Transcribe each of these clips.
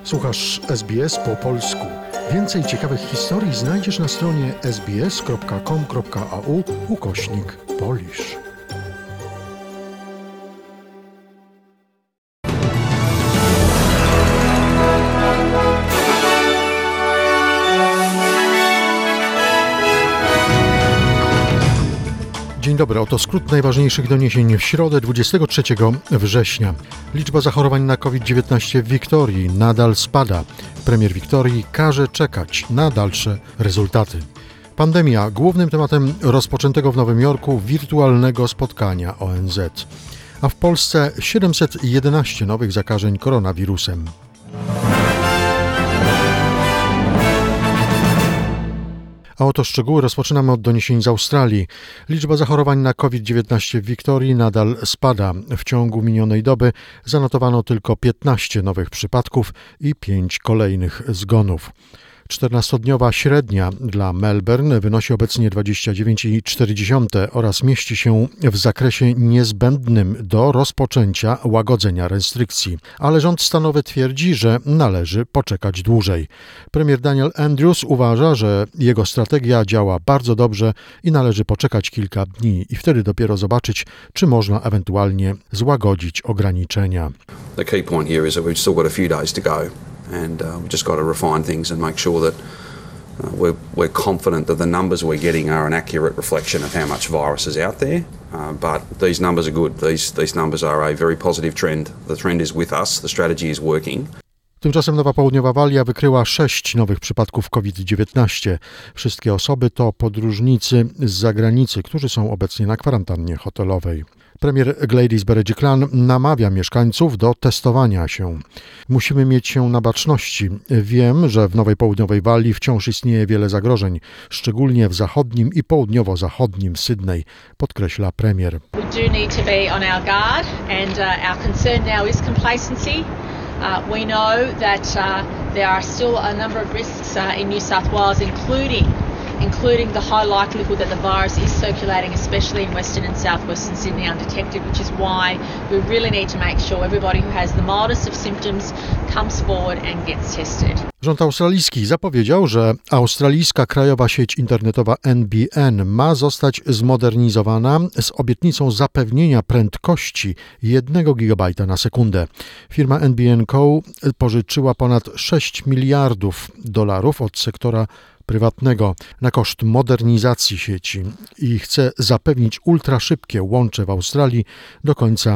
Słuchasz SBS po polsku. Więcej ciekawych historii znajdziesz na stronie sbs.com.au/Polish. Dzień dobry, oto skrót najważniejszych doniesień w środę 23 września. Liczba zachorowań na COVID-19 w Wiktorii nadal spada. Premier Wiktorii każe czekać na dalsze rezultaty. Pandemia głównym tematem rozpoczętego w Nowym Jorku wirtualnego spotkania ONZ. A w Polsce 711 nowych zakażeń koronawirusem. A oto szczegóły. Rozpoczynamy od doniesień z Australii. Liczba zachorowań na COVID-19 w Wiktorii nadal spada. W ciągu minionej doby zanotowano tylko 15 nowych przypadków i 5 kolejnych zgonów. 14-dniowa średnia dla Melbourne wynosi obecnie 29,4 oraz mieści się w zakresie niezbędnym do rozpoczęcia łagodzenia restrykcji. Ale rząd stanowy twierdzi, że należy poczekać dłużej. Premier Daniel Andrews uważa, że jego strategia działa bardzo dobrze i należy poczekać kilka dni i wtedy dopiero zobaczyć, czy można ewentualnie złagodzić ograniczenia. The key point here is that we've still got a few days to go. And we've just got to refine things and make sure that we're confident that the numbers we're getting are an accurate reflection of how much virus is out there. But these numbers are good. These numbers are a very positive trend. The trend is with us. The strategy is working. Tymczasem Nowa Południowa Walia wykryła 6 nowych przypadków COVID-19. Wszystkie osoby to podróżnicy z zagranicy, którzy są obecnie na kwarantannie hotelowej. Premier Gladys Berejiklian namawia mieszkańców do testowania się. Musimy mieć się na baczności. Wiem, że w Nowej Południowej Walii wciąż istnieje wiele zagrożeń, szczególnie w zachodnim i południowo-zachodnim Sydney, podkreśla premier. We do need to be on our guard and our concern now is complacency. We know that there are still a number of risks in New South Wales, including the high likelihood that the virus is circulating, especially in Western and Southwestern Sydney undetected, which is why we really need to make sure everybody who has the mildest of symptoms comes forward and gets tested. Rząd australijski zapowiedział, że australijska krajowa sieć internetowa NBN ma zostać zmodernizowana z obietnicą zapewnienia prędkości 1 gigabajta na sekundę. Firma NBN Co. pożyczyła ponad $6 miliardów od sektora prywatnego na koszt modernizacji sieci i chce zapewnić ultraszybkie łącze w Australii do końca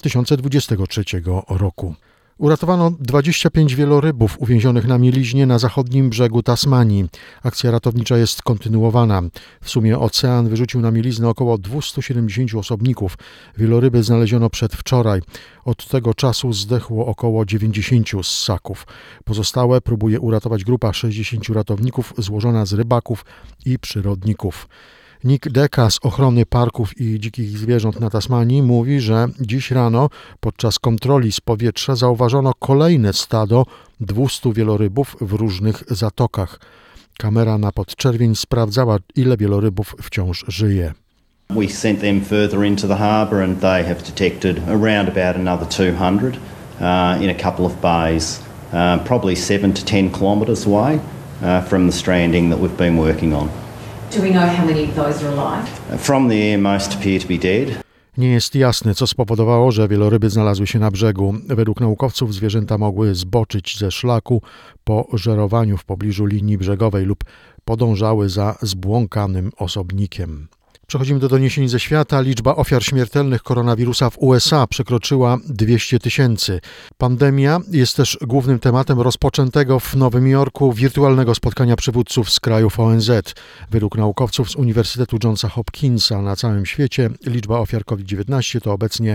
2023 roku. Uratowano 25 wielorybów uwięzionych na mieliźnie na zachodnim brzegu Tasmanii. Akcja ratownicza jest kontynuowana. W sumie ocean wyrzucił na mieliznę około 270 osobników. Wieloryby znaleziono przedwczoraj. Od tego czasu zdechło około 90 ssaków. Pozostałe próbuje uratować grupa 60 ratowników złożona z rybaków i przyrodników. Nick Deka z ochrony parków i dzikich zwierząt na Tasmanii mówi, że dziś rano podczas kontroli z powietrza zauważono kolejne stado 200 wielorybów w różnych zatokach. Kamera na podczerwień sprawdzała, ile wielorybów wciąż żyje. We sent them further into the harbour and they have detected around about another 200 in a couple of bays, probably 7 to 10 kilometres away from the stranding that we've been working on. Do we know how many of those are alive? From the air, most appear to be dead. Nie jest jasne, co spowodowało, że wieloryby znalazły się na brzegu. Według naukowców zwierzęta mogły zboczyć ze szlaku po żerowaniu w pobliżu linii brzegowej lub podążały za zbłąkanym osobnikiem. Przechodzimy do doniesień ze świata. Liczba ofiar śmiertelnych koronawirusa w USA przekroczyła 200 000. Pandemia jest też głównym tematem rozpoczętego w Nowym Jorku wirtualnego spotkania przywódców z krajów ONZ. Według naukowców z Uniwersytetu Johnsa Hopkinsa na całym świecie liczba ofiar COVID-19 to obecnie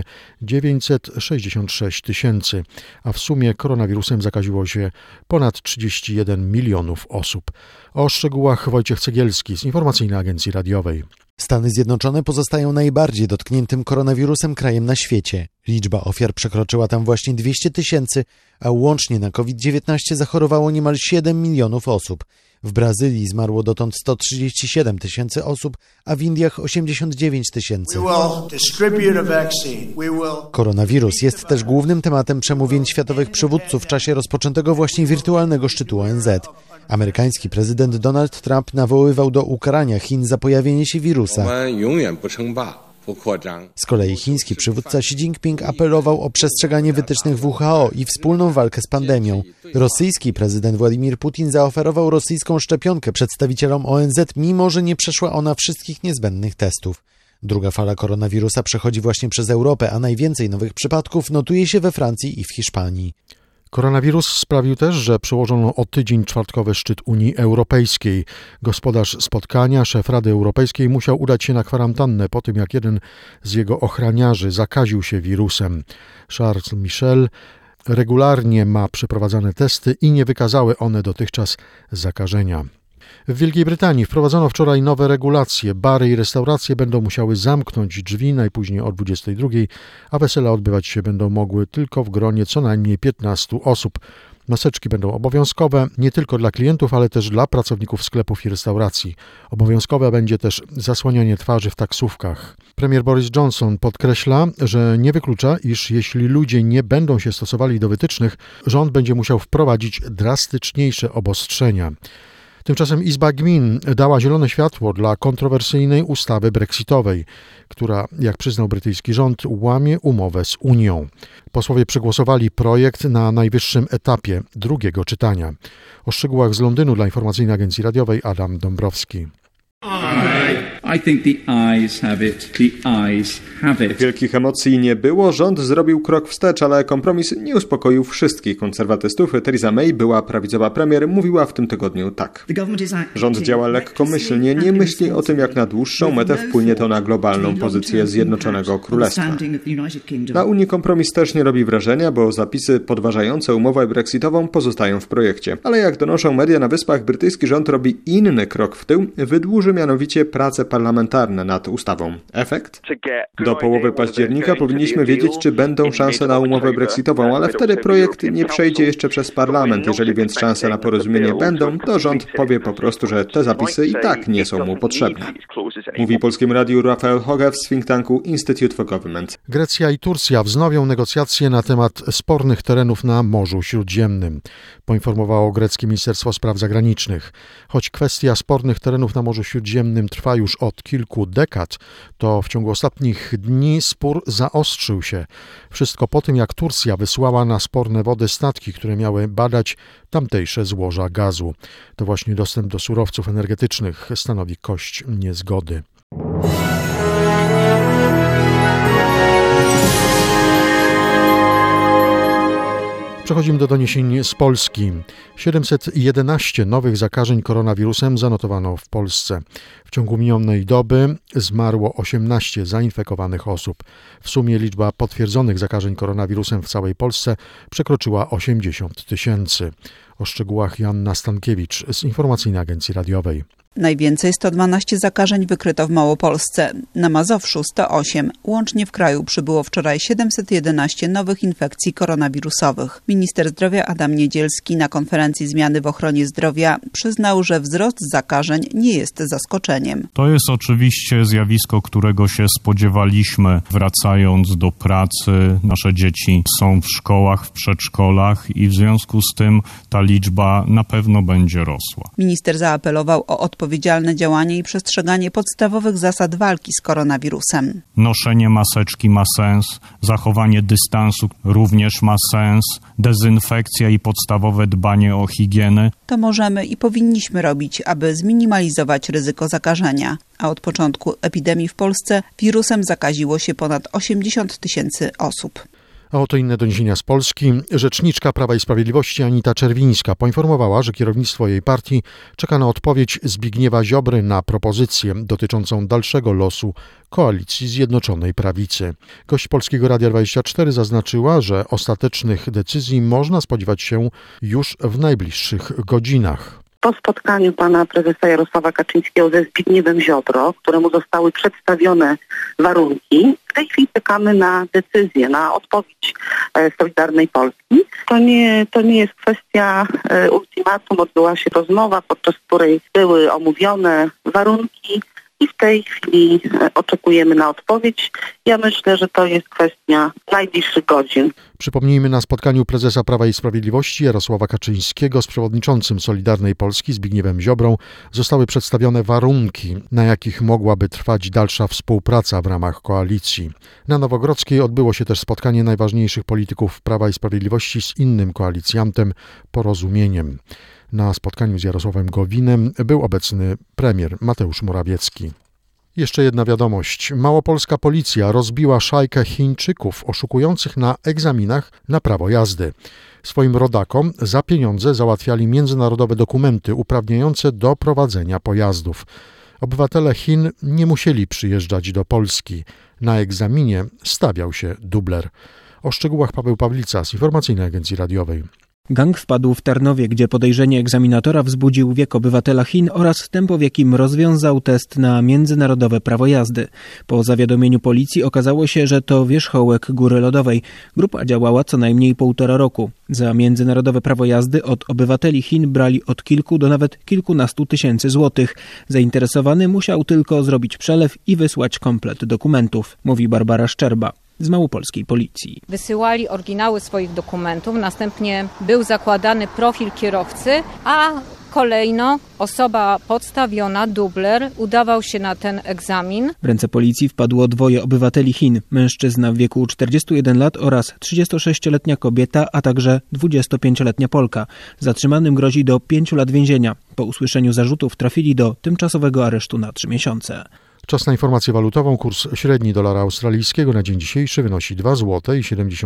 966 000, a w sumie koronawirusem zakaziło się ponad 31 milionów osób. O szczegółach Wojciech Cegielski z Informacyjnej Agencji Radiowej. Stany Zjednoczone pozostają najbardziej dotkniętym koronawirusem krajem na świecie. Liczba ofiar przekroczyła tam właśnie 200 000, a łącznie na COVID-19 zachorowało niemal 7 milionów osób. W Brazylii zmarło dotąd 137 tysięcy osób, a w Indiach 89 tysięcy. Koronawirus jest też głównym tematem przemówień światowych przywódców w czasie rozpoczętego właśnie wirtualnego szczytu ONZ. Amerykański prezydent Donald Trump nawoływał do ukarania Chin za pojawienie się wirusa. Z kolei chiński przywódca Xi Jinping apelował o przestrzeganie wytycznych WHO i wspólną walkę z pandemią. Rosyjski prezydent Władimir Putin zaoferował rosyjską szczepionkę przedstawicielom ONZ, mimo że nie przeszła ona wszystkich niezbędnych testów. Druga fala koronawirusa przechodzi właśnie przez Europę, a najwięcej nowych przypadków notuje się we Francji i w Hiszpanii. Koronawirus sprawił też, że przełożono o tydzień czwartkowy szczyt Unii Europejskiej. Gospodarz spotkania, szef Rady Europejskiej, musiał udać się na kwarantannę po tym, jak jeden z jego ochraniarzy zakaził się wirusem. Charles Michel regularnie ma przeprowadzane testy i nie wykazały one dotychczas zakażenia. W Wielkiej Brytanii wprowadzono wczoraj nowe regulacje. Bary i restauracje będą musiały zamknąć drzwi najpóźniej o 22, a wesela odbywać się będą mogły tylko w gronie co najmniej 15 osób. Maseczki będą obowiązkowe nie tylko dla klientów, ale też dla pracowników sklepów i restauracji. Obowiązkowe będzie też zasłanianie twarzy w taksówkach. Premier Boris Johnson podkreśla, że nie wyklucza, iż jeśli ludzie nie będą się stosowali do wytycznych, rząd będzie musiał wprowadzić drastyczniejsze obostrzenia. Tymczasem Izba Gmin dała zielone światło dla kontrowersyjnej ustawy brexitowej, która, jak przyznał brytyjski rząd, łamie umowę z Unią. Posłowie przegłosowali projekt na najwyższym etapie drugiego czytania. O szczegółach z Londynu dla Informacyjnej Agencji Radiowej Adam Dąbrowski. I think the eyes have it. The eyes have it. Wielkich emocji nie było, rząd zrobił krok wstecz, ale kompromis nie uspokoił wszystkich konserwatystów. Theresa May, była prawicowa premier, mówiła w tym tygodniu tak. Rząd działa lekkomyślnie, nie myśli o tym, jak na dłuższą metę wpłynie to na globalną pozycję Zjednoczonego Królestwa. Na Unii kompromis też nie robi wrażenia, bo zapisy podważające umowę brexitową pozostają w projekcie. Ale jak donoszą media na Wyspach, brytyjski rząd robi inny krok w tył, wydłuży mianowicie prace parlamentarne nad ustawą. Efekt? Do połowy października powinniśmy wiedzieć, czy będą szanse na umowę brexitową, ale wtedy projekt nie przejdzie jeszcze przez parlament. Jeżeli więc szanse na porozumienie będą, to rząd powie po prostu, że te zapisy i tak nie są mu potrzebne. Mówi Polskiemu Radiu Rafael Hogew z think tanku Institute for Government. Grecja i Turcja wznowią negocjacje na temat spornych terenów na Morzu Śródziemnym, poinformowało greckie Ministerstwo Spraw Zagranicznych. Choć kwestia spornych terenów na Morzu Śródziemnym trwa już od kilku dekad, to w ciągu ostatnich dni spór zaostrzył się. Wszystko po tym, jak Turcja wysłała na sporne wody statki, które miały badać tamtejsze złoża gazu. To właśnie dostęp do surowców energetycznych stanowi kość niezgody. Przechodzimy do doniesień z Polski. 711 nowych zakażeń koronawirusem zanotowano w Polsce. W ciągu minionej doby zmarło 18 zainfekowanych osób. W sumie liczba potwierdzonych zakażeń koronawirusem w całej Polsce przekroczyła 80 000. O szczegółach Joanna Stankiewicz z Informacyjnej Agencji Radiowej. Najwięcej 112 zakażeń wykryto w Małopolsce, na Mazowszu 108. Łącznie w kraju przybyło wczoraj 711 nowych infekcji koronawirusowych. Minister zdrowia Adam Niedzielski na konferencji Zmiany w ochronie zdrowia przyznał, że wzrost zakażeń nie jest zaskoczeniem. To jest oczywiście zjawisko, którego się spodziewaliśmy. Wracając do pracy, nasze dzieci są w szkołach, w przedszkolach i w związku z tym ta liczba na pewno będzie rosła. Minister zaapelował o odpowiedzialne działanie i przestrzeganie podstawowych zasad walki z koronawirusem. Noszenie maseczki ma sens, zachowanie dystansu również ma sens, dezynfekcja i podstawowe dbanie o higienę. To możemy i powinniśmy robić, aby zminimalizować ryzyko zakażenia. A od początku epidemii w Polsce wirusem zakaziło się ponad 80 000 osób. A oto inne doniesienia z Polski. Rzeczniczka Prawa i Sprawiedliwości Anita Czerwińska poinformowała, że kierownictwo jej partii czeka na odpowiedź Zbigniewa Ziobry na propozycję dotyczącą dalszego losu koalicji Zjednoczonej Prawicy. Gość Polskiego Radia 24 zaznaczyła, że ostatecznych decyzji można spodziewać się już w najbliższych godzinach. Po spotkaniu pana prezesa Jarosława Kaczyńskiego ze Zbigniewem Ziobro, któremu zostały przedstawione warunki, w tej chwili czekamy na decyzję, na odpowiedź Solidarnej Polski. To nie jest kwestia ultimatum, odbyła się rozmowa, podczas której były omówione warunki i w tej chwili oczekujemy na odpowiedź. Ja myślę, że to jest kwestia najbliższych godzin. Przypomnijmy, na spotkaniu prezesa Prawa i Sprawiedliwości Jarosława Kaczyńskiego z przewodniczącym Solidarnej Polski Zbigniewem Ziobrą zostały przedstawione warunki, na jakich mogłaby trwać dalsza współpraca w ramach koalicji. Na Nowogrodzkiej odbyło się też spotkanie najważniejszych polityków Prawa i Sprawiedliwości z innym koalicjantem, Porozumieniem. Na spotkaniu z Jarosławem Gowinem był obecny premier Mateusz Morawiecki. Jeszcze jedna wiadomość. Małopolska policja rozbiła szajkę Chińczyków oszukujących na egzaminach na prawo jazdy. Swoim rodakom za pieniądze załatwiali międzynarodowe dokumenty uprawniające do prowadzenia pojazdów. Obywatele Chin nie musieli przyjeżdżać do Polski. Na egzaminie stawiał się dubler. O szczegółach Paweł Pawlica z Informacyjnej Agencji Radiowej. Gang wpadł w Tarnowie, gdzie podejrzenie egzaminatora wzbudził wiek obywatela Chin oraz tempo, w jakim rozwiązał test na międzynarodowe prawo jazdy. Po zawiadomieniu policji okazało się, że to wierzchołek Góry Lodowej. Grupa działała co najmniej 1,5 roku. Za międzynarodowe prawo jazdy od obywateli Chin brali od kilku do nawet kilkunastu tysięcy złotych. Zainteresowany musiał tylko zrobić przelew i wysłać komplet dokumentów, mówi Barbara Szczerba z małopolskiej policji. Wysyłali oryginały swoich dokumentów, następnie był zakładany profil kierowcy, a kolejno osoba podstawiona, dubler, udawał się na ten egzamin. W ręce policji wpadło 2 obywateli Chin, mężczyzna w wieku 41 lat oraz 36-letnia kobieta, a także 25-letnia Polka. Zatrzymanym grozi do 5 lat więzienia. Po usłyszeniu zarzutów trafili do tymczasowego aresztu na 3 miesiące. Czas na informację walutową. Kurs średni dolara australijskiego na dzień dzisiejszy wynosi 2 zł i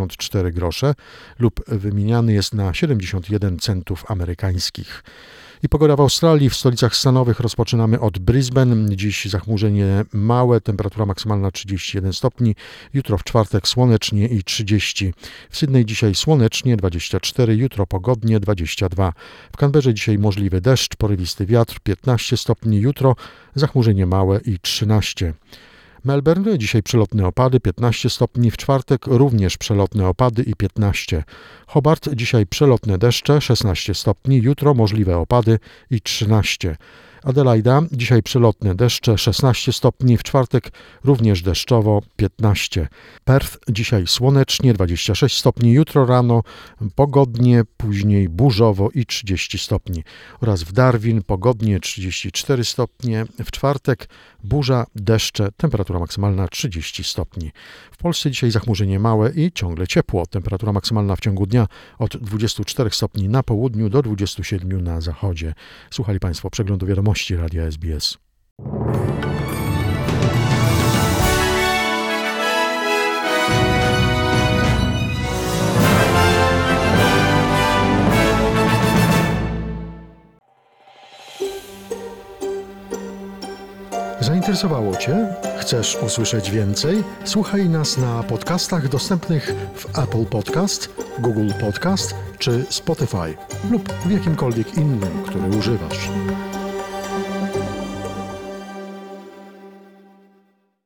74 grosze lub wymieniany jest na 71 centów amerykańskich. I pogoda w Australii, w stolicach stanowych rozpoczynamy od Brisbane. Dziś zachmurzenie małe, temperatura maksymalna 31 stopni. Jutro w czwartek słonecznie i 30. W Sydney dzisiaj słonecznie 24, jutro pogodnie 22. W Canberrze dzisiaj możliwy deszcz, porywisty wiatr 15 stopni, jutro zachmurzenie małe i 13. Melbourne dzisiaj przelotne opady 15 stopni, w czwartek również przelotne opady i 15. Hobart dzisiaj przelotne deszcze 16 stopni, jutro możliwe opady i 13. Adelaida dzisiaj przelotne deszcze 16 stopni, w czwartek również deszczowo 15. Perth dzisiaj słonecznie 26 stopni, jutro rano pogodnie, później burzowo i 30 stopni. Oraz w Darwin pogodnie 34 stopnie, w czwartek burza, deszcze, temperatura maksymalna 30 stopni. W Polsce dzisiaj zachmurzenie małe i ciągle ciepło. Temperatura maksymalna w ciągu dnia od 24 stopni na południu do 27 na zachodzie. Słuchali Państwo przeglądu wiadomości Radia SBS. Zainteresowało Cię? Chcesz usłyszeć więcej? Słuchaj nas na podcastach dostępnych w Apple Podcast, Google Podcast czy Spotify lub w jakimkolwiek innym, który używasz.